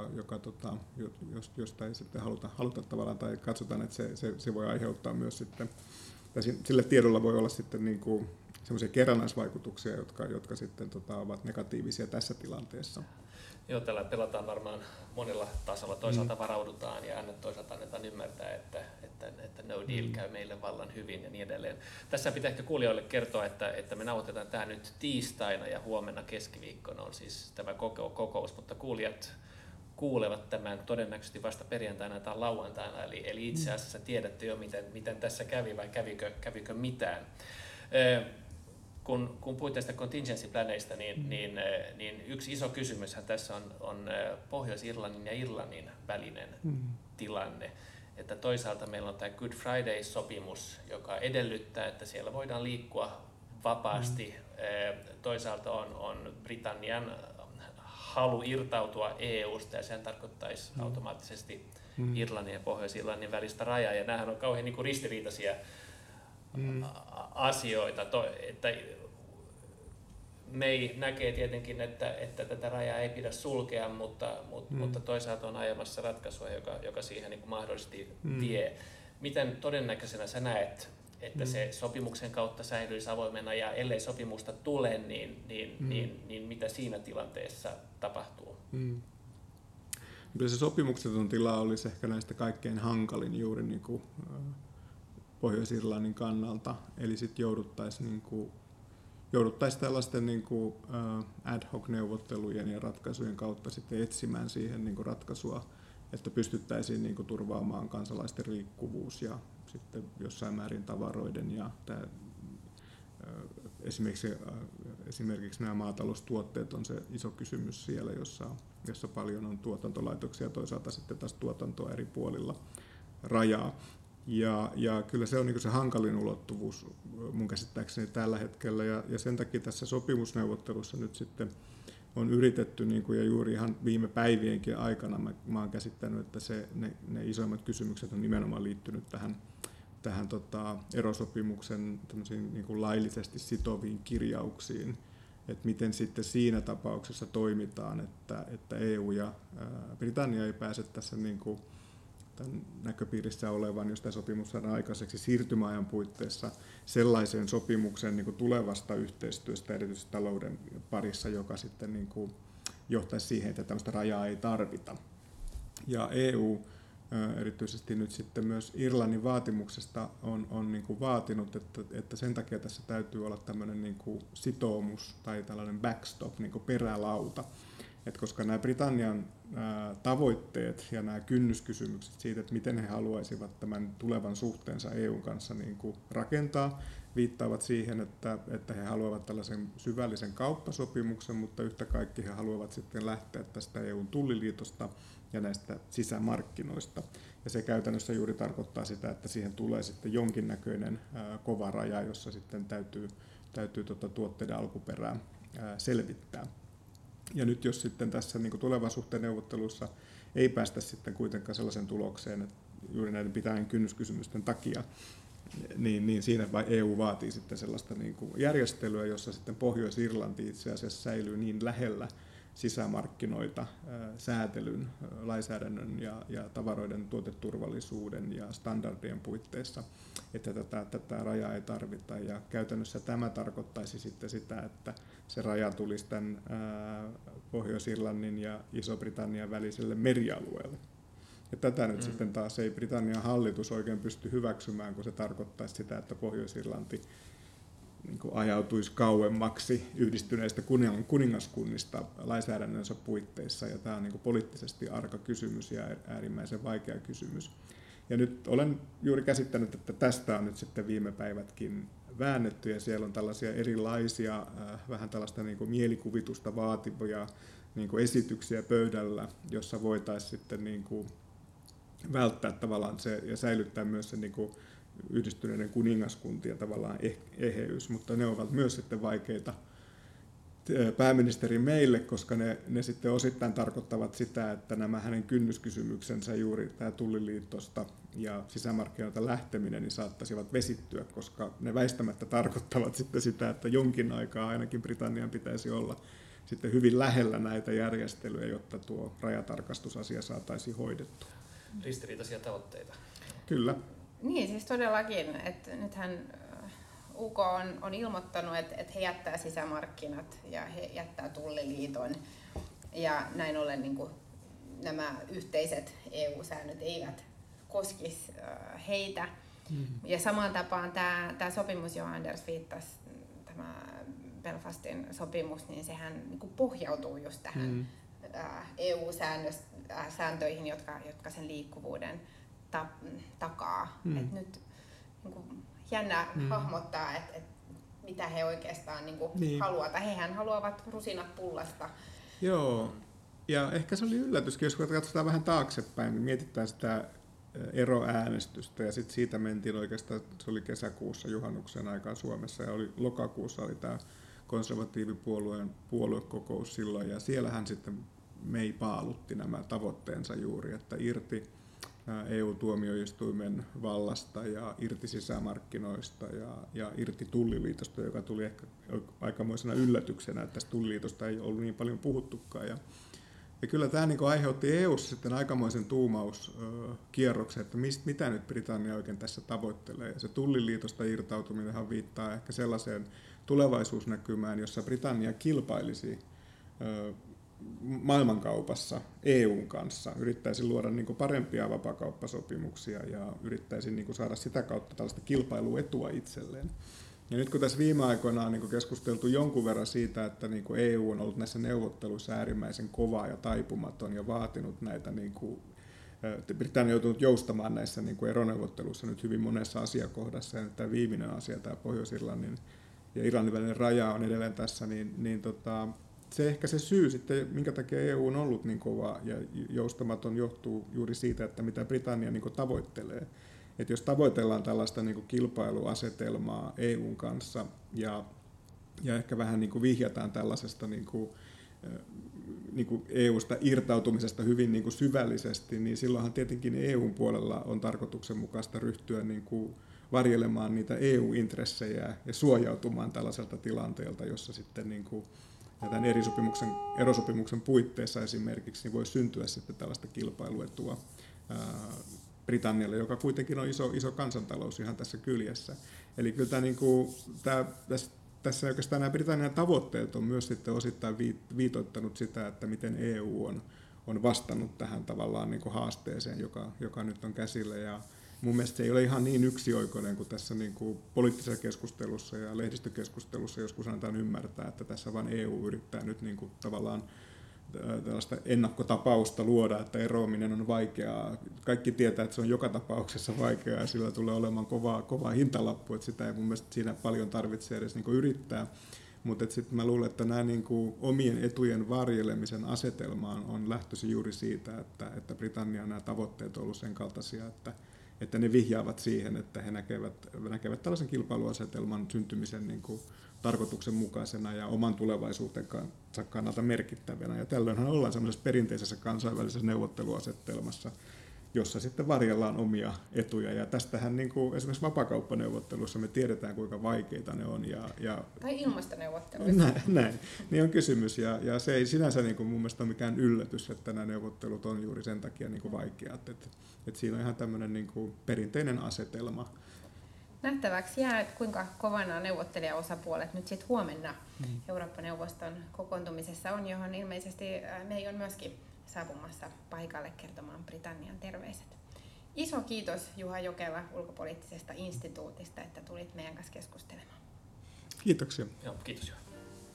[SPEAKER 3] josta ei sitten haluta tavallaan, tai katsotaan, että se voi aiheuttaa myös sitten, tai sillä tiedolla voi olla sitten niin kuin semmoisia kerrannaisvaikutuksia, jotka sitten ovat negatiivisia tässä tilanteessa.
[SPEAKER 2] Joo, tällä pelataan varmaan monella tasolla. Toisaalta varaudutaan ja toisaalta annetaan ymmärtää, että no deal käy meille vallan hyvin ja niin edelleen. Tässä pitää ehkä kuulijoille kertoa, että me nauhoitetaan tämä nyt tiistaina ja huomenna keskiviikkona on siis tämä kokous, mutta kuulijat kuulevat tämän todennäköisesti vasta perjantaina tai lauantaina, eli itse asiassa tiedätte jo, miten tässä kävi vai kävikö mitään. Kun puhuit tästä contingency-planeista, niin yksi iso kysymyshän tässä on Pohjois-Irlannin ja Irlannin välinen tilanne. Että toisaalta meillä on tämä Good Friday-sopimus, joka edellyttää, että siellä voidaan liikkua vapaasti. Toisaalta on Britannian halu irtautua EUsta, ja sen tarkoittaisi automaattisesti Irlannin ja Pohjois-Irlannin välistä rajaa. Ja nämähän on kauhean niin kuin ristiriitaisia asioita, että May näkee tietenkin, että tätä rajaa ei pidä sulkea, mutta toisaalta on ajamassa ratkaisua, joka siihen niin kuin mahdollisesti vie. Miten todennäköisenä sä näet, että se sopimuksen kautta säilyisi avoimena, ja ellei sopimusta tule, niin mitä siinä tilanteessa tapahtuu?
[SPEAKER 3] Kyllä se sopimukseton tila olisi ehkä näistä kaikkein hankalin juuri niin kuin Pohjois-Irlannin kannalta, eli sitten jouduttaisiin tällaisten niin kuin ad hoc neuvottelujen ja ratkaisujen kautta sitten etsimään siihen niin kuin ratkaisua, että pystyttäisiin niin kuin turvaamaan kansalaisten liikkuvuus ja sitten jossain määrin tavaroiden, ja esimerkiksi nämä maataloustuotteet on se iso kysymys siellä, jossa paljon on tuotantolaitoksia ja toisaalta sitten taas tuotantoa eri puolilla rajaa. Ja kyllä se on niin kuin se hankalin ulottuvuus mun käsittääkseni tällä hetkellä, ja sen takia tässä sopimusneuvottelussa nyt sitten on yritetty, niin kuin, ja juuri ihan viime päivienkin aikana mä oon käsittänyt, että ne isoimmat kysymykset on nimenomaan liittynyt tähän erosopimuksen niin kuin laillisesti sitoviin kirjauksiin, että miten sitten siinä tapauksessa toimitaan, että EU ja Britannia ei pääse tässä niin kuin näköpiirissä olevan, jos tämä sopimus saadaan aikaiseksi siirtymäajan puitteissa sellaiseen sopimuksen niin kuin tulevasta yhteistyöstä, erityisesti talouden parissa, joka sitten niin kuin johtaisi siihen, että tämmöistä rajaa ei tarvita. Ja EU erityisesti nyt sitten myös Irlannin vaatimuksesta on niin kuin vaatinut, että sen takia tässä täytyy olla tämmöinen niin kuin sitoumus tai tällainen backstop, niin kuin perälauta. Et koska nämä Britannian tavoitteet ja nämä kynnyskysymykset siitä, että miten he haluaisivat tämän tulevan suhteensa EUn kanssa niin kuin rakentaa, viittaavat siihen, että he haluavat tällaisen syvällisen kauppasopimuksen, mutta yhtä kaikki he haluavat sitten lähteä tästä EUn tulliliitosta ja näistä sisämarkkinoista. Ja se käytännössä juuri tarkoittaa sitä, että siihen tulee sitten jonkinnäköinen kova raja, jossa sitten täytyy tuotteiden alkuperää selvittää. Ja nyt jos sitten tässä niin kuin tulevan suhteen neuvotteluissa ei päästä sitten kuitenkaan sellaisen tulokseen, että juuri näiden pitäen kynnyskysymysten takia, niin siinä EU vaatii sitten sellaista niin kuin järjestelyä, jossa sitten Pohjois-Irlanti itse asiassa säilyy niin lähellä sisämarkkinoita säätelyn, lainsäädännön ja tavaroiden tuoteturvallisuuden ja standardien puitteissa, että tätä rajaa ei tarvita. Ja käytännössä tämä tarkoittaisi sitten sitä, että se raja tulisi tämän Pohjois-Irlannin ja Iso-Britannian väliselle merialueelle. Ja tätä nyt sitten taas ei Britannian hallitus oikein pysty hyväksymään, kun se tarkoittaisi sitä, että Pohjois-Irlanti niin kuin ajautuisi kauemmaksi yhdistyneistä kuningaskunnista lainsäädännönsä puitteissa. Ja tämä on niin kuin poliittisesti arka kysymys ja äärimmäisen vaikea kysymys. Ja nyt olen juuri käsittänyt, että tästä on nyt sitten viime päivätkin väännetty ja siellä on tällaisia erilaisia, vähän tällaista niin kuin mielikuvitusta vaativia niin kuin esityksiä pöydällä, jossa voitaisiin sitten niin kuin välttää tavallaan se ja säilyttää myös se niin kuin yhdistyneiden kuningaskuntien tavallaan eheys, mutta ne ovat myös sitten vaikeita pääministeri meille, koska ne sitten osittain tarkoittavat sitä, että nämä hänen kynnyskysymyksensä juuri tämä tulliliitosta ja sisämarkkinoilta lähteminen niin saattaisivat vesittyä, koska ne väistämättä tarkoittavat sitten sitä, että jonkin aikaa ainakin Britannian pitäisi olla sitten hyvin lähellä näitä järjestelyjä, jotta tuo rajatarkastusasia saataisiin hoidettua.
[SPEAKER 2] Ristiriitaisia tavoitteita.
[SPEAKER 3] Kyllä.
[SPEAKER 1] Niin, siis todellakin, että nythän UK on ilmoittanut, että he jättää sisämarkkinat ja he jättää tulliliiton ja näin ollen niin kuin nämä yhteiset EU-säännöt eivät koskisi heitä. Ja samaan tapaan tämä sopimus, johon Anders viittasi, tämä Belfastin sopimus, niin sehän niin kuin pohjautuu just tähän EU-sääntöihin, jotka sen liikkuvuuden takaa. Et nyt niin kuin jännä hahmottaa, että mitä he oikeastaan niin. haluavat. Hehän haluavat rusinat pullasta.
[SPEAKER 3] Joo, ja ehkä se oli yllätyskin, jos katsotaan vähän taaksepäin, niin mietitään sitä eroäänestystä ja sitten siitä mentiin oikeastaan, se oli kesäkuussa juhannuksen aikaan Suomessa ja lokakuussa oli tämä konservatiivipuolueen puoluekokous silloin ja siellähän sitten May paalutti nämä tavoitteensa juuri, että irti EU-tuomioistuimen vallasta ja irti sisämarkkinoista ja irti tulliliitosta, joka tuli ehkä aikamoisena yllätyksenä, että tästä tulliliitosta ei ollut niin paljon puhuttukaan. Ja kyllä tämä niin kuin aiheutti EU:ssa sitten aikamoisen tuumauskierroksen, että mitä nyt Britannia oikein tässä tavoittelee. Ja se tulliliitosta irtautuminenhan viittaa ehkä sellaiseen tulevaisuusnäkymään, jossa Britannia kilpailisi maailmankaupassa EUn kanssa, yrittäisi luoda niin kuin parempia vapaakauppasopimuksia ja yrittäisi niin kuin saada sitä kautta tällaista kilpailuetua itselleen. Ja nyt kun tässä viime aikoina on niin kuin keskusteltu jonkun verran siitä, että niin kuin EU on ollut näissä neuvotteluissa äärimmäisen kova ja taipumaton ja vaatinut näitä, niin kuin, Britannia on joutunut joustamaan näissä niin kuin eroneuvotteluissa nyt hyvin monessa asiakohdassa, ja nyt tämä viimeinen asia, tämä Pohjois-Irlannin ja Irlannin välinen raja on edelleen tässä, niin se ehkä se syy sitten, minkä takia EU on ollut niin kova ja joustamaton, johtuu juuri siitä, että mitä Britannia niin kuin tavoittelee. Että jos tavoitellaan tällaista niin kuin kilpailuasetelmaa EUn kanssa ja ehkä vähän niin kuin vihjataan tällaisesta niin kuin EUsta irtautumisesta hyvin niin kuin syvällisesti, niin silloinhan tietenkin EUn puolella on tarkoituksenmukaista ryhtyä niin kuin varjelemaan niitä EU-intressejä ja suojautumaan tällaiselta tilanteelta, jossa sitten niin kuin tämän erosopimuksen puitteissa esimerkiksi niin voi syntyä sitten tällaista kilpailuetua Britannialle, joka kuitenkin on iso kansantalous ihan tässä kyljessä. Eli kyllä tässä oikeastaan nämä Britannian tavoitteet on myös sitten osittain viitoittanut sitä, että miten EU on vastannut tähän tavallaan niin kuin haasteeseen, joka nyt on käsillä. Ja mun mielestä se ei ole ihan niin yksioikoinen kuin tässä niin kuin poliittisessa keskustelussa ja lehdistökeskustelussa joskus annetaan ymmärtää, että tässä vain EU yrittää nyt niin kuin tavallaan tällaista ennakkotapausta luoda, että eroaminen on vaikeaa. Kaikki tietää, että se on joka tapauksessa vaikeaa ja sillä tulee olemaan kova hintalappu, että sitä ei mun mielestä siinä paljon tarvitse edes niin kuin yrittää. Mutta sitten mä luulen, että nämä niin kuin omien etujen varjelemisen asetelma on lähtöisin juuri siitä, että Britannian nämä tavoitteet on ollut sen kaltaisia, että ne vihjaavat siihen, että he näkevät tällaisen kilpailuasetelman syntymisen niin kuin tarkoituksenmukaisena ja oman tulevaisuutensa kannalta merkittävänä. Ja tällöinhän ollaan sellaisessa perinteisessä kansainvälisessä neuvotteluasetelmassa, jossa sitten varjellaan omia etuja. Ja tästähän niin kuin esimerkiksi vapaakauppaneuvotteluissa me tiedetään, kuinka vaikeita ne on.
[SPEAKER 1] Tai ilmastoneuvotteluissa.
[SPEAKER 3] Näin. Niin on kysymys. Ja se ei sinänsä niin kuin mun mielestä ole mikään yllätys, että nämä neuvottelut on juuri sen takia niin kuin vaikeat. Että siinä on ihan tämmöinen niin kuin perinteinen asetelma.
[SPEAKER 1] Nähtäväksi jää, että kuinka kovana neuvottelijaosapuolet nyt sitten huomenna Eurooppa-neuvoston kokoontumisessa on, johon ilmeisesti May on myöskin saapumassa paikalle kertomaan Britannian terveiset. Iso kiitos Juha Jokela ulkopoliittisesta instituutista, että tulit meidän kanssa keskustelemaan.
[SPEAKER 3] Kiitoksia.
[SPEAKER 2] Joo, kiitos Juha.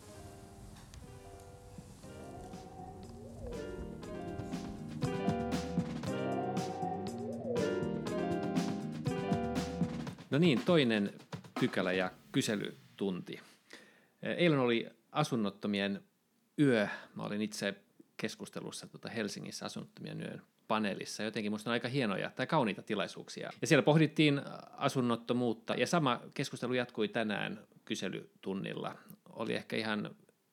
[SPEAKER 2] No niin, toinen pykälä ja kyselytunti. Eilen oli asunnottomien yö. Mä olin itse keskustelussa Helsingissä asunnottomien yön paneelissa. Jotenkin musta on aika hienoja tai kauniita tilaisuuksia. Ja siellä pohdittiin asunnottomuutta ja sama keskustelu jatkui tänään kyselytunnilla. Oli ehkä ihan...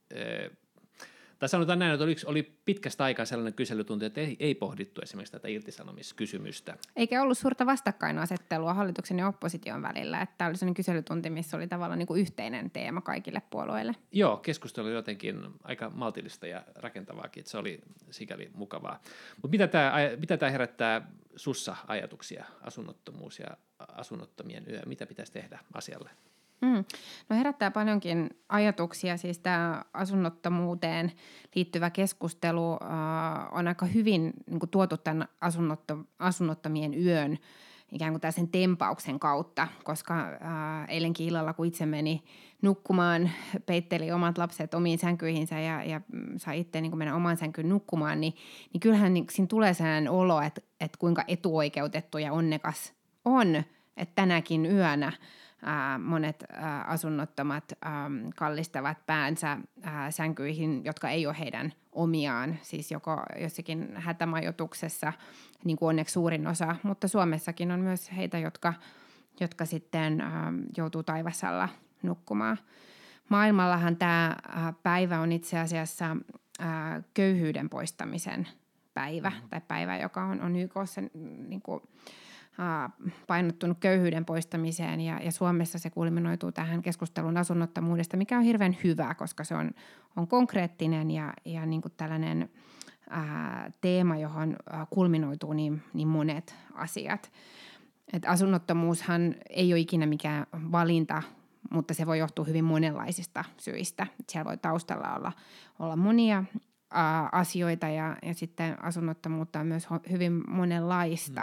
[SPEAKER 2] Tai sanotaan näin, että oli pitkästä aikaa sellainen kyselytunti, että ei pohdittu esimerkiksi tätä irtisanomiskysymystä.
[SPEAKER 1] Eikä ollut suurta vastakkainasettelua hallituksen ja opposition välillä, että tämä oli sellainen kyselytunti, missä oli tavallaan niin kuin yhteinen teema kaikille puolueille.
[SPEAKER 2] Joo, keskustelu oli jotenkin aika maltillista ja rakentavaakin, että se oli sikäli mukavaa. Mutta mitä tämä herättää sussa ajatuksia, asunnottomuus ja asunnottomien yö? Mitä pitäisi tehdä asialle?
[SPEAKER 1] No herättää paljonkin ajatuksia, siis tämä asunnottomuuteen liittyvä keskustelu on aika hyvin niin kuin tuotu tämän asunnottomien yön ikään kuin sen tempauksen kautta, koska eilenkin illalla, kun itse meni nukkumaan, peitteli omat lapset omiin sänkyihinsä ja sai itse niin kuin mennä omaan sänkyyn nukkumaan, niin kyllähän niin, siinä tulee sellainen olo, että kuinka etuoikeutettu ja onnekas on, että tänäkin yönä monet asunnottomat kallistavat päänsä sänkyihin, jotka ei ole heidän omiaan, siis joko jossakin hätämajoituksessa, niin kuin onneksi suurin osa, mutta Suomessakin on myös heitä, jotka sitten joutuu taivasalla nukkumaan. Maailmallahan tämä päivä on itse asiassa köyhyyden poistamisen päivä, tai päivä, joka on YK:ssa niin kuin painottunut köyhyyden poistamiseen ja Suomessa se kulminoituu tähän keskusteluun asunnottomuudesta, mikä on hirveän hyvä, koska se on konkreettinen ja niin kuin tällainen teema, johon kulminoituu niin monet asiat. Et asunnottomuushan ei ole ikinä mikään valinta, mutta se voi johtua hyvin monenlaisista syistä. Et siellä voi taustalla olla monia asioita ja sitten asunnottomuutta on myös hyvin monenlaista.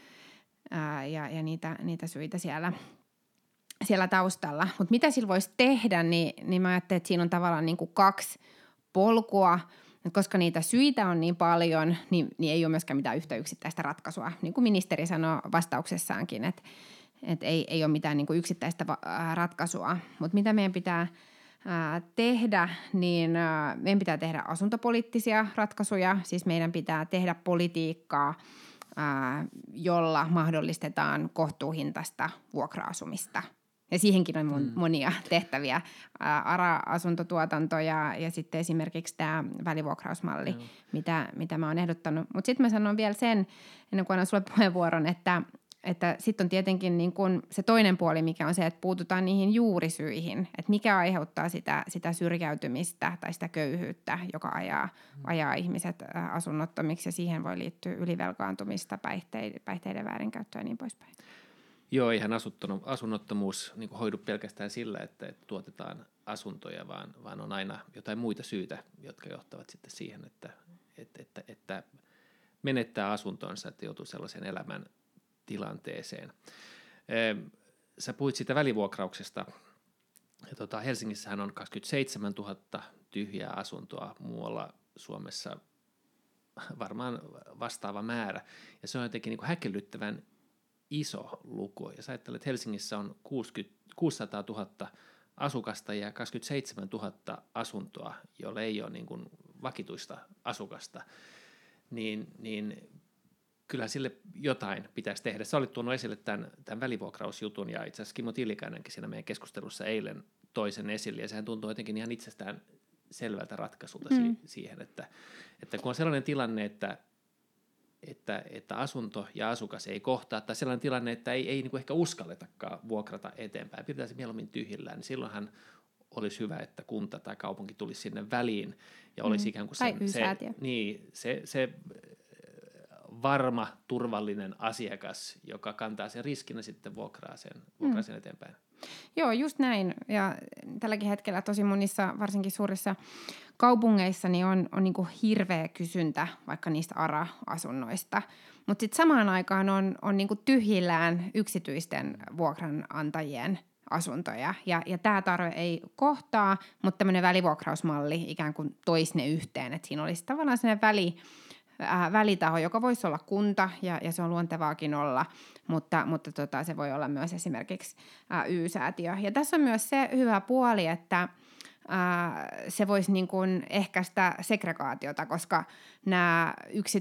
[SPEAKER 1] Ja niitä syitä siellä taustalla. Mutta mitä sillä voisi tehdä, niin mä ajattelin, että siinä on tavallaan niin kuin 2 polkua. Koska niitä syitä on niin paljon, niin ei ole myöskään mitään yhtä yksittäistä ratkaisua. Niin kuin ministeri sanoi vastauksessaankin, että ei ole mitään niin kuin yksittäistä ratkaisua. Mutta mitä meidän pitää tehdä, niin meidän pitää tehdä asuntopoliittisia ratkaisuja. Siis meidän pitää tehdä politiikkaa, jolla mahdollistetaan kohtuuhintaista vuokra-asumista. Ja siihenkin on monia tehtäviä, ARA-asuntotuotanto ja sitten esimerkiksi tämä välivuokrausmalli, mitä mä oon ehdottanut. Mutta sitten mä sanon vielä sen, ennen kuin annan sulle puheenvuoron, että että sitten on tietenkin niin kun se toinen puoli, mikä on se, että puututaan niihin juurisyihin, että mikä aiheuttaa sitä syrjäytymistä tai sitä köyhyyttä, joka ajaa ihmiset asunnottomiksi, ja siihen voi liittyä ylivelkaantumista, päihteiden väärinkäyttöä ja niin poispäin.
[SPEAKER 2] Joo, eihän asunnottomuus niin kuin hoidu pelkästään sillä, että tuotetaan asuntoja, vaan on aina jotain muita syitä, jotka johtavat sitten siihen, että menettää asuntonsa, että joutuu sellaiseen elämän tilanteeseen. Sä puhuit siitä välivuokrauksesta. Ja Helsingissähän on 27 000 tyhjää asuntoa, muualla Suomessa varmaan vastaava määrä. Ja se on jotenkin niin kuin häkellyttävän iso luku. Ja sä ajattelet, että Helsingissä on 600 000 asukasta ja 27 000 asuntoa, joilla ei ole niin kuin vakituista asukasta, niin kyllä sille jotain pitäisi tehdä. Sä olit tuonut esille tämän välivuokrausjutun, ja itse asiassa Kimmo Tiilikainenkin siinä meidän keskustelussa eilen toi sen esille, ja sehän tuntuu jotenkin ihan itsestään selvältä ratkaisulta siihen, että kun on sellainen tilanne, että asunto ja asukas ei kohtaa, tai sellainen tilanne, että ei niin kuin ehkä uskalletakaan vuokrata eteenpäin, pidetään se mieluummin tyhjillään, niin silloinhan olisi hyvä, että kunta tai kaupunki tulisi sinne väliin ja olisi ikään kuin se varma, turvallinen asiakas, joka kantaa sen riskinä sitten vuokraa sen eteenpäin.
[SPEAKER 1] Joo, just näin. Ja tälläkin hetkellä tosi monissa, varsinkin suurissa kaupungeissa, niin on niin kuin hirveä kysyntä vaikka niistä ARA-asunnoista. Mutta sitten samaan aikaan on niin kuin tyhjillään yksityisten vuokranantajien asuntoja. Ja tämä tarve ei kohtaa, mutta tämmöinen välivuokrausmalli ikään kuin toisi ne yhteen. Että siinä olisi tavallaan sellainen välitaho, joka voisi olla kunta, ja se on luontevaakin olla, mutta se voi olla myös esimerkiksi Y-säätiö. Ja tässä on myös se hyvä puoli, että se voisi niin kuin ehkäistä segregaatiota, koska nämä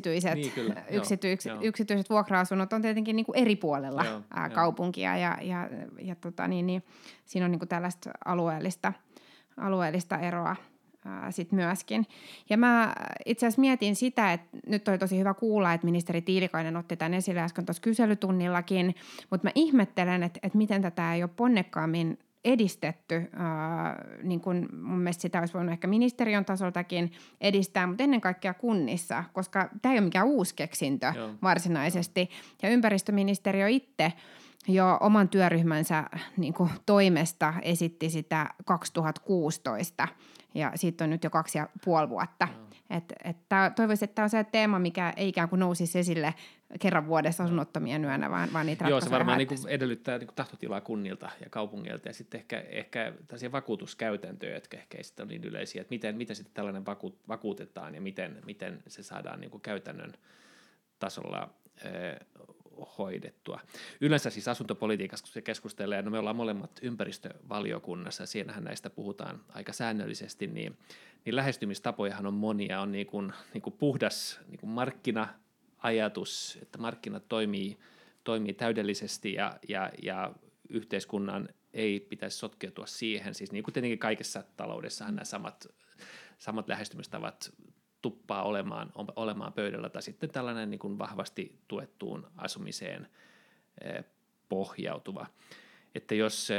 [SPEAKER 1] yksityiset vuokra-asunnot on tietenkin niin kuin eri puolella kaupunkia, ja siinä on niin kuin tällaista alueellista eroa sitten myöskin. Ja mä itse asiassa mietin sitä, että nyt oli tosi hyvä kuulla, että ministeri Tiilikainen otti tämän esille äsken tuossa kyselytunnillakin, mutta mä ihmettelen, että miten tätä ei ole ponnekkaammin edistetty. Niin kun mun mielestä sitä olisi voinut ehkä ministeriön tasoltakin edistää, mutta ennen kaikkea kunnissa, koska tämä ei ole mikään uusi keksintö varsinaisesti. Ja ympäristöministeriö itse jo oman työryhmänsä niin kuin toimesta esitti sitä 2016, ja siitä on nyt jo 2,5 vuotta. Toivoisin, että tämä on se teema, mikä ei ikään kuin nousisi esille kerran vuodessa asunnottomien yönä, vaan niitä ratkaisuja.
[SPEAKER 2] Joo, se varmaan niin edellyttää niin tahtotilaa kunnilta ja kaupungeilta, ja sitten ehkä tällaisia vakuutuskäytäntöjä, jotka ehkä ei sitten ole niin yleisiä, että miten sitten tällainen vakuutetaan ja miten se saadaan niin kuin käytännön tasolla hoidettua. Yleensä siis asuntopolitiikassa, kun se keskustelee, no me ollaan molemmat ympäristövaliokunnassa, siinähän näistä puhutaan aika säännöllisesti, niin lähestymistapojahan on monia, on niin kuin puhdas niin kuin markkina-ajatus, että markkinat toimii täydellisesti ja yhteiskunnan ei pitäisi sotkeutua siihen, siis niin kuin tietenkin kaikessa taloudessahan nämä samat lähestymistavat tuppaa olemaan pöydällä, tai sitten tällainen niin kuin vahvasti tuettuun asumiseen pohjautuva. Että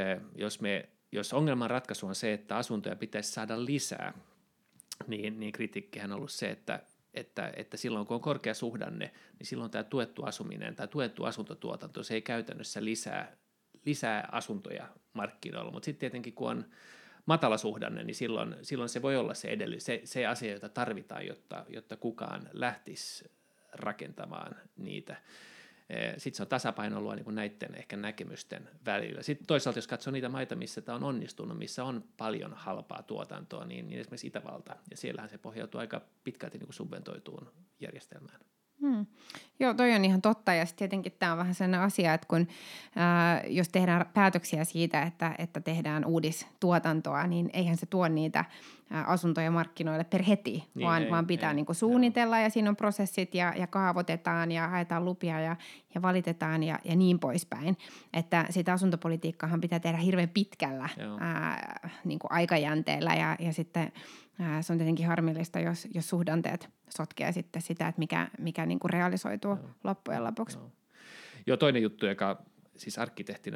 [SPEAKER 2] jos ongelman ratkaisu on se, että asuntoja pitäisi saada lisää, niin kritiikkihän on ollut se, että silloin kun on korkea suhdanne, niin silloin tämä tuettu asuminen tai tuettu asuntotuotanto, se ei käytännössä lisää asuntoja markkinoilla, mutta sitten tietenkin kun on matala suhdanne, niin silloin se voi olla se asia, jota tarvitaan, jotta kukaan lähtisi rakentamaan niitä. Sitten se on tasapainoilua niin kuin näiden ehkä näkemysten välillä. Sitten toisaalta, jos katsoo niitä maita, missä tämä on onnistunut, missä on paljon halpaa tuotantoa, niin esimerkiksi Itävalta, ja siellähän se pohjautuu aika pitkälti niin kuin subventoituun järjestelmään.
[SPEAKER 1] Joo, toi on ihan totta, ja tietenkin tämä on vähän sellainen asia, että kun jos tehdään päätöksiä siitä, että tehdään uudistuotantoa, niin eihän se tuo niitä asuntoja markkinoille per heti, vaan pitää niin kuin suunnitella, ja siinä on prosessit ja kaavoitetaan ja haetaan lupia ja valitetaan ja niin poispäin. Että sitä asuntopolitiikkaahan pitää tehdä hirveän pitkällä niin kuin aikajänteellä, ja sitten se on tietenkin harmillista, jos suhdanteet sotkee sitten sitä, että mikä niin kuin realisoituu loppujen lopuksi.
[SPEAKER 2] Joo, toinen juttu, joka siis arkkitehtinä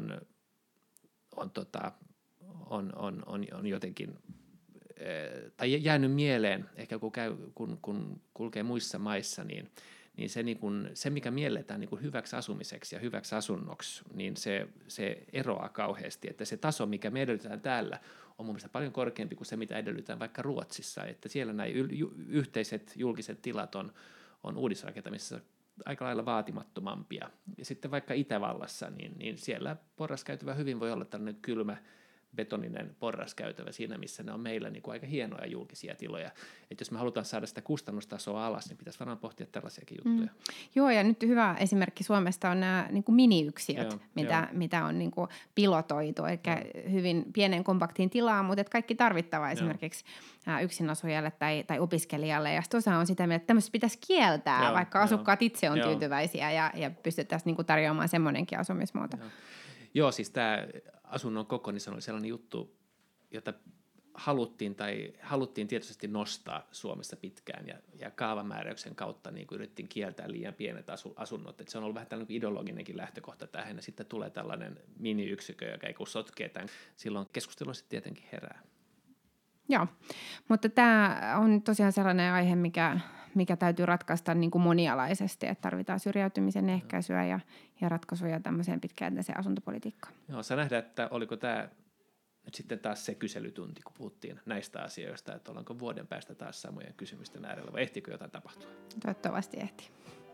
[SPEAKER 2] on jotenkin tai jäänyt mieleen, ehkä kun kulkee muissa maissa, niin se, mikä mielletään niin kuin hyväksi asumiseksi ja hyväksi asunnoksi, niin se eroaa kauheasti, että se taso, mikä me edellytetään täällä, on mun mielestä paljon korkeampi kuin se, mitä edellytetään vaikka Ruotsissa, että siellä nämä yhteiset julkiset tilat on uudisrakentamisessa aika lailla vaatimattomampia. Ja sitten vaikka Itävallassa, niin siellä porraskäytävä hyvin voi olla tällainen kylmä, betoninen porraskäytävä siinä, missä ne on meillä niin kuin aika hienoja julkisia tiloja. Että jos me halutaan saada sitä kustannustasoa alas, niin pitäisi varmaan pohtia tällaisiakin juttuja.
[SPEAKER 1] Joo, ja nyt hyvä esimerkki Suomesta on nämä niin kuin miniyksiöt, mitä on niin kuin pilotoitu, eli hyvin pienen kompaktiin tilaan, mutta kaikki tarvittava esimerkiksi yksinasujalle tai opiskelijalle. Ja osa on sitä mieltä, että tämmöistä pitäisi kieltää, vaikka asukkaat itse on tyytyväisiä ja pystyttäisiin niin kuin tarjoamaan semmoinenkin asumismuoto.
[SPEAKER 2] Joo, siis tämä asunnon koko, niin se oli sellainen juttu, jota haluttiin tietysti nostaa Suomessa pitkään ja kaavamääräyksen kautta niin kuin yritettiin kieltää liian pienet asunnot. Et se on ollut vähän tällainen ideologinenkin lähtökohta tähän ja sitten tulee tällainen mini-yksikö, joka ei kun sotkee tämän. Silloin keskustelu sitten tietenkin herää.
[SPEAKER 1] Joo, mutta tämä on tosiaan sellainen aihe, mikä täytyy ratkaista niin kuin monialaisesti, että tarvitaan syrjäytymisen ehkäisyä ja ratkaisuja tämmöiseen pitkäjänteiseen asuntopolitiikkaan.
[SPEAKER 2] Joo, saa nähdä, että oliko tämä nyt sitten taas se kyselytunti, kun puhuttiin näistä asioista, että ollaanko vuoden päästä taas samojen kysymysten äärellä, vai ehtikö jotain tapahtua?
[SPEAKER 1] Toivottavasti ehtii.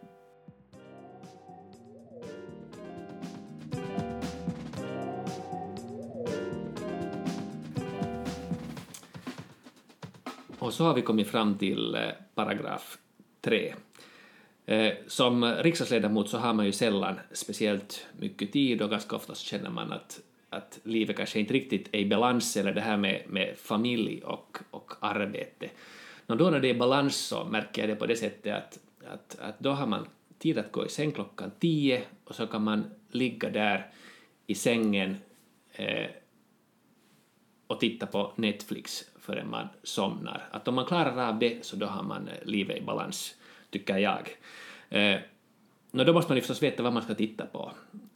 [SPEAKER 2] Och så har vi kommit fram till paragraf 3. Som riksdagsledamot så har man ju sällan speciellt mycket tid och ganska ofta så känner man att livet kanske inte riktigt är i balans eller det här med familj och arbete. Då när det är balans så märker jag det på det sättet att då har man tid att gå i säng klockan 10 och så kan man ligga där i sängen och titta på Netflix förrän man somnar. Att om man klarar av det så då har man livet i balans, tycker jag. Då måste man ju förstås veta vad man ska titta på.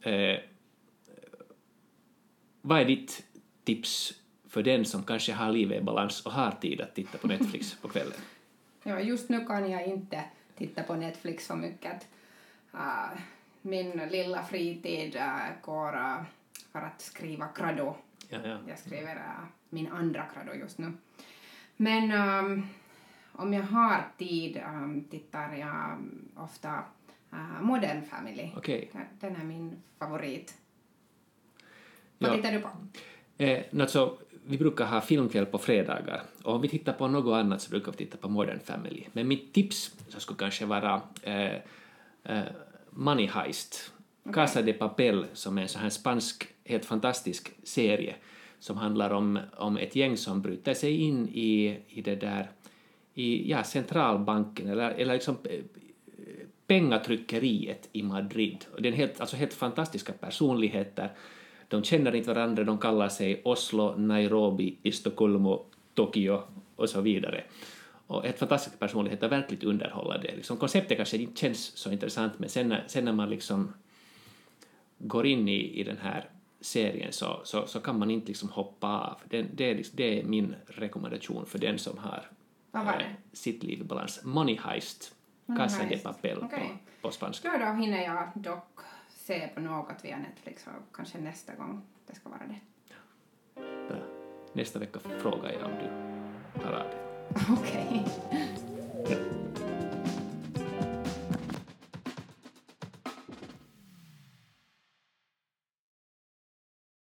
[SPEAKER 2] Vad är ditt tips för den som kanske har livet i balans och har tid att titta på Netflix på kvällen?
[SPEAKER 1] Ja, just nu kan jag inte titta på Netflix för mycket. Min lilla fritid går för att skriva krado.
[SPEAKER 2] Ja.
[SPEAKER 1] Jag skriver min andra krado just nu. Men om jag har tid tittar jag ofta Modern Family.
[SPEAKER 2] Okej.
[SPEAKER 1] Den är min favorit. Vad tittar du på?
[SPEAKER 2] Alltså, vi brukar ha filmkväll på fredagar och om vi tittar på något annat så brukar vi titta på Modern Family. Men mitt tips så skulle kanske vara Money Heist. Okay. Casa de Papel som är en sån här spansk, helt fantastisk serie som handlar om ett gäng som bryter sig in i det där i centralbanken eller liksom pengatryckeriet i Madrid. Och det är helt fantastiska personligheter. De känner inte varandra, de kallar sig Oslo, Nairobi, Estocolmo, Tokyo och så vidare. Och helt fantastiska personligheter, verkligt underhållande. Liksom, konceptet kanske inte känns så intressant, men sen när man liksom går in i den här serien så kan man inte liksom hoppa av. Det är min rekommendation för den som har sitt liv i balans. Money Heist, Casa de Papel på spanska.
[SPEAKER 1] Då hinner jag dock se på något via Netflix och kanske nästa gång det ska vara det.
[SPEAKER 2] Bra. Nästa vecka frågar jag om du har av det.
[SPEAKER 1] Okej.